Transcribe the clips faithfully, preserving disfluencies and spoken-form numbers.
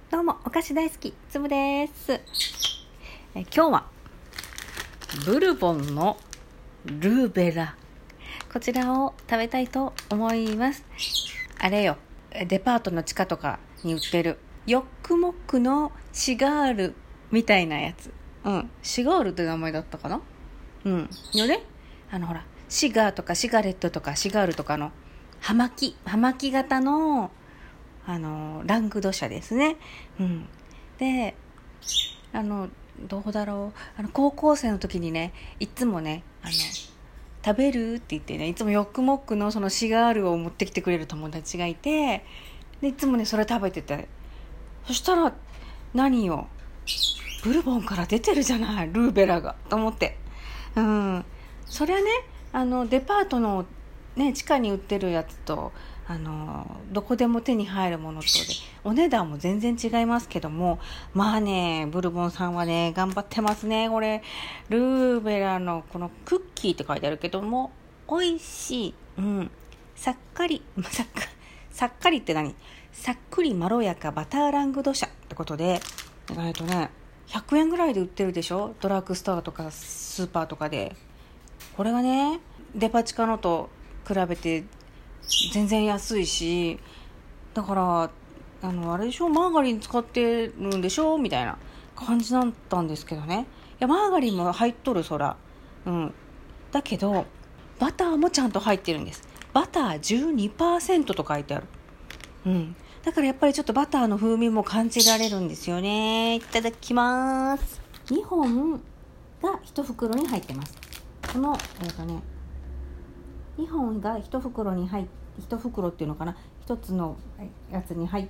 どうもお菓子大好きつぶです。え今日はブルボンのルーベラ、こちらを食べたいと思います。あれよ、デパートの地下とかに売ってるヨックモックのシガールみたいなやつ。うんシガールって名前だったかな。うんよね、あのほらシガーとかシガレットとかシガールとかの葉巻葉巻型のあのラングドシャですね。うん、であのどうだろう、あの高校生の時にね、いつもねあの食べるって言ってね、いつもヨックモックのそのシガールを持ってきてくれる友達がいて、でいつもねそれ食べてて、そしたら何よ、ブルボンから出てるじゃない、ルーベラがと思って、うん、そりゃね、あのデパートのね地下に売ってるやつとあのどこでも手に入るものとでお値段も全然違いますけども、まあねブルボンさんはね頑張ってますね。これルーベラのこのクッキーって書いてあるけども美味しい、うん、さっかりさっかさっかりって何、さっくりまろやかバターラングドシャってことで、えっとねひゃくえんぐらいで売ってるでしょ、ドラッグストアとかスーパーとかで。これがねデパ地下のと比べて全然安いし、だからあのあれでしょ、マーガリン使ってるんでしょみたいな感じだったんですけどね。いやマーガリンも入っとる、そら、うん、だけどバターもちゃんと入ってるんです。バター じゅうにパーセント と書いてある、うん、だからやっぱりちょっとバターの風味も感じられるんですよね。いただきます。にほんがいち袋に入ってます。このえっとねにほんがいち袋に入って、いち袋っていうのかな、ひとつのやつに入って、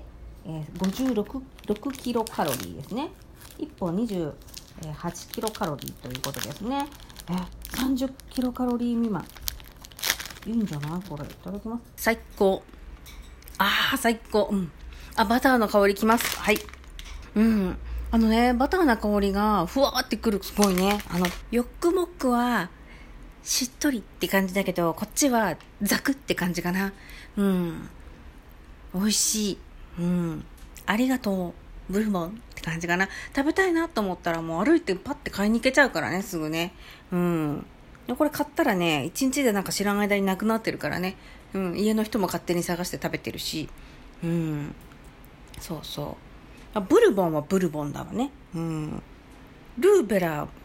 えー、ごじゅうろくキロカロリーですね。いっぽんにじゅうはちキロカロリーということですね。えー、さんじゅっキロカロリー未満、いいんじゃないこれ。いただきます。最高。あー最高、うん、あバターの香りきます。はい、うんあのねバターの香りがふわーってくる、すごいね。あのヨックモックはしっとりって感じだけど、こっちはザクって感じかな。うん美味しい、うんありがとうブルボンって感じかな。食べたいなと思ったらもう歩いてパッて買いに行けちゃうからね、すぐね。うんこれ買ったらね一日でなんか知らん間になくなってるからね、うん、家の人も勝手に探して食べてるし、うんそうそうあブルボンはブルボンだわね。うんルーベラ、うん、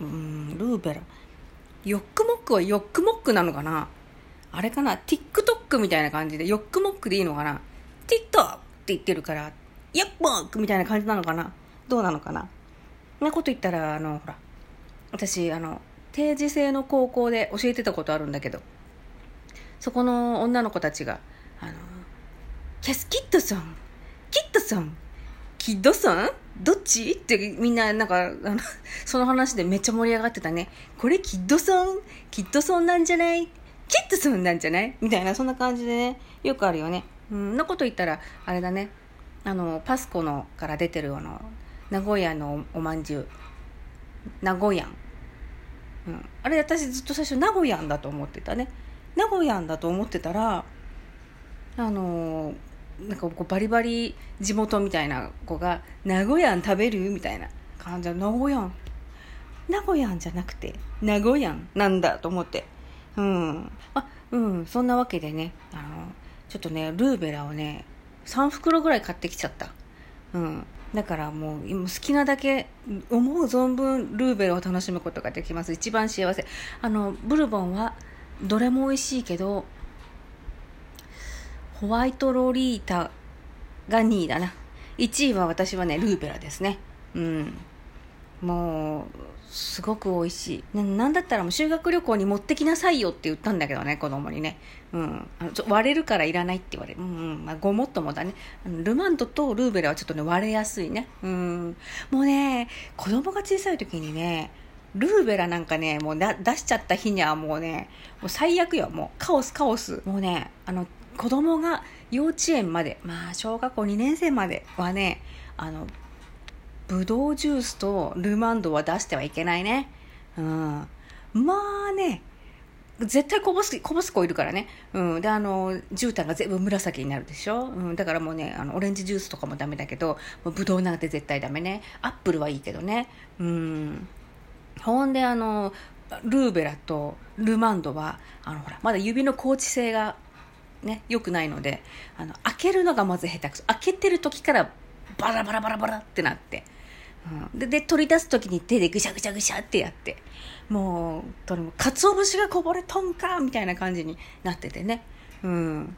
ルーベラヨックモックはヨックモックなのかな、あれかな、 TikTok みたいな感じでヨックモックでいいのかな、 TikTok って言ってるからヨックモックみたいな感じなのかな、どうなのかな。そんなこと言ったらあのほら私あの定時制の高校で教えてたことあるんだけど、そこの女の子たちがあのキャスキッドさんキッドさんキッドさんどっちってみんななんかあのその話でめっちゃ盛り上がってたね。これキッドソンキッドソンなんじゃない、キッドソンなんじゃないみたいな、そんな感じでねよくあるよね。うんなこと言ったらあれだね、あのパスコのから出てるあの名古屋のおまんじゅう名古屋、うん、あれ私ずっと最初名古屋だと思ってたね。名古屋だと思ってたらあのーなんかこうバリバリ地元みたいな子が名古屋食べるみたいな感じで、名古屋名古屋じゃなくて名古屋なんだと思って、うんあうんそんなわけでね、あのちょっとねルーベラをねさん袋ぐらい買ってきちゃった。うんだからもう今好きなだけ思う存分ルーベラを楽しむことができます。一番幸せ。あのブルボンはどれも美味しいけどホワイトロリータがにいだな。いちいは私はねルーベラですね。うんもうすごく美味しい。 な, なんだったらもう修学旅行に持ってきなさいよって言ったんだけどね、子供にね、うん、あのちょ割れるからいらないって言われる、うんうんまあ、ごもっともだね。ルマンドとルーベラはちょっとね割れやすいね。うんもうね子供が小さい時にねルーベラなんかねもう出しちゃった日にはもうねもう最悪よ、もうカオスカオス。もうねあの子供が幼稚園まで、まあ小学校にねん生まではねあのブドウジュースとルマンドは出してはいけないね。うんまあね絶対こぼすこぼす子いるからね、うん、であの絨毯が全部紫になるでしょ、うん、だからもうねあのオレンジジュースとかもダメだけど、もうブドウなんて絶対ダメね。アップルはいいけどね、うん、ほんであのルーベラとルマンドはあのほらまだ指の硬地性がね良くないので、あの開けるのがまず下手くそ。開けてる時からバラバラバラバラってなって、うん、で, で取り出す時に手でぐしゃぐしゃぐしゃってやって、もうとにかつお節がこぼれとんかみたいな感じになっててね、うん、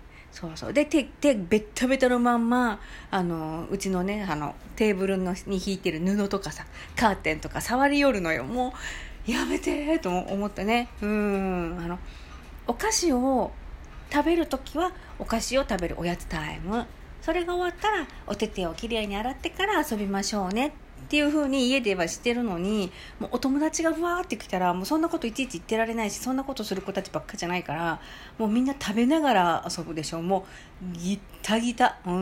そうそうで手手ベッタベタのまんまあのうちのねあのテーブルのに引いてる布とかさカーテンとか触り寄るのよ。もうやめてと思ったね。うん、あのお菓子を食べるときはお菓子を食べるおやつタイム、それが終わったらお手手をきれいに洗ってから遊びましょうねっていう風に家ではしてるのに、もうお友達がふわーって来たらもうそんなこといちいち言ってられないし、そんなことする子たちばっかじゃないから、もうみんな食べながら遊ぶでしょ。もうギッタギタ、うん、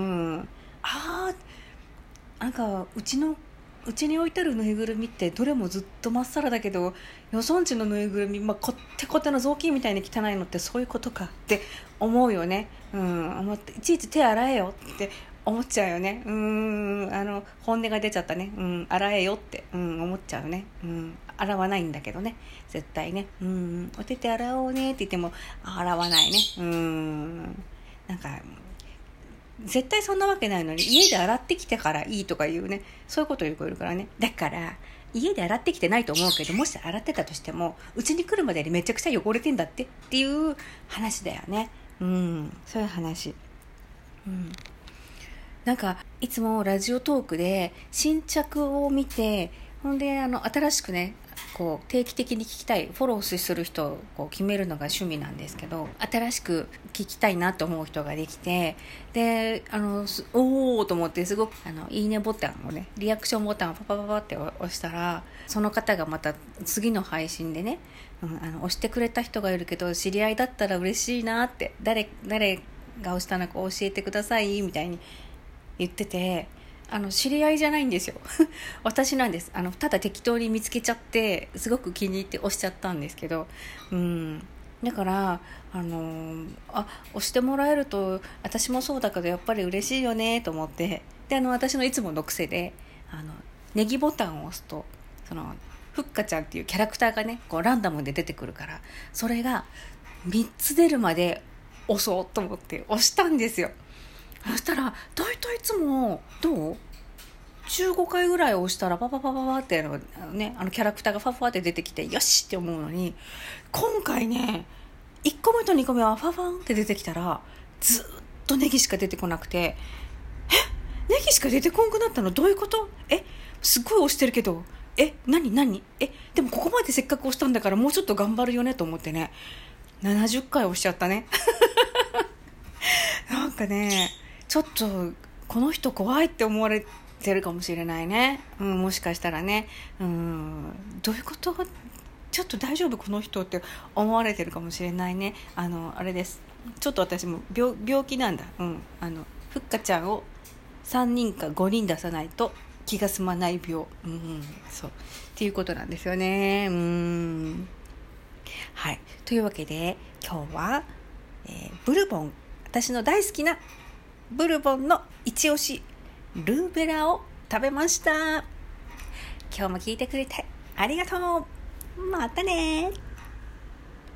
あーなんかうちのうちに置いてあるぬいぐるみってどれもずっとまっさらだけど、よそんちのぬいぐるみ、まあ、こってこての雑巾みたいに汚いのってそういうことかって思うよね、うん、思っていちいち手洗えよって思っちゃうよね。うーんあの本音が出ちゃったね、うん、洗えよって、うん、思っちゃうね、うん、洗わないんだけどね絶対ね、うん、お手手洗おうねって言っても洗わないね。うーんなんか絶対そんなわけないのに家で洗ってきてからいいとか言うね、そういうこと言う子いるからね。だから家で洗ってきてないと思うけど、もし洗ってたとしてもうちに来るまでにめちゃくちゃ汚れてんだってっていう話だよね。うんそういう話。うんなんかいつもラジオトークで新着を見て、ほんであの新しくねこう定期的に聞きたいフォローする人をこう決めるのが趣味なんですけど、新しく聞きたいなと思う人ができて、であのおーと思ってすごくあのいいねボタンをねリアクションボタンをパパパパって押したら、その方がまた次の配信でね、うん、あの押してくれた人がいるけど知り合いだったら嬉しいなって、誰誰が押したのか教えてくださいみたいに言ってて、あの知り合いじゃないんですよ私なんです。あのただ適当に見つけちゃってすごく気に入って押しちゃったんですけど、うんだからあのー、あ押してもらえると私もそうだけどやっぱり嬉しいよねと思って、であの私のいつもの癖であのネギボタンを押すとそのふっかちゃんっていうキャラクターがねこうランダムで出てくるから、それがみっつ出るまで押そうと思って押したんですよ。そしたら大体いつもどうじゅうごかいぐらい押したらパパパパパってあの、ね、あのキャラクターがファファって出てきてよしって思うのに、今回ねいっこめとにこめはファファンって出てきたらずっとネギしか出てこなくて、えネギしか出てこんくなったのどういうこと、えすっごい押してるけどえ何何えでもここまでせっかく押したんだからもうちょっと頑張るよねと思ってねななじゅっかい押しちゃったねなんかねちょっとこの人怖いって思われてるかもしれないね、うん、もしかしたらね、うん、どういうことちょっと大丈夫この人って思われてるかもしれないね。あのあれです、ちょっと私も 病, 病気なんだ、うん、あのふっかちゃんをさんにんかごにん出さないと気が済まない病、うん、そうっていうことなんですよね。うんはいというわけで今日は、えー、ブルボン、私の大好きなブルボンの一押しルーベラを食べました。今日も聞いてくれてありがとう。またね。